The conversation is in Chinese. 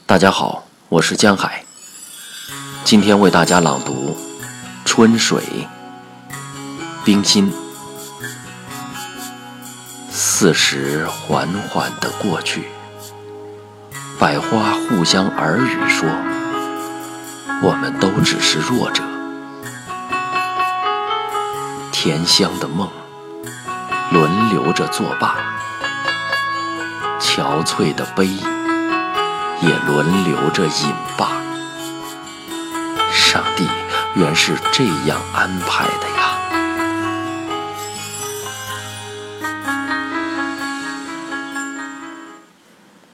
大家好，我是江海，今天为大家朗读《春水》。冰心。四时缓缓地过去，百花互相耳语说，我们都只是弱者。甜香的梦轮流着作罢，憔悴的悲也轮流着饮罢。上帝原是这样安排的呀。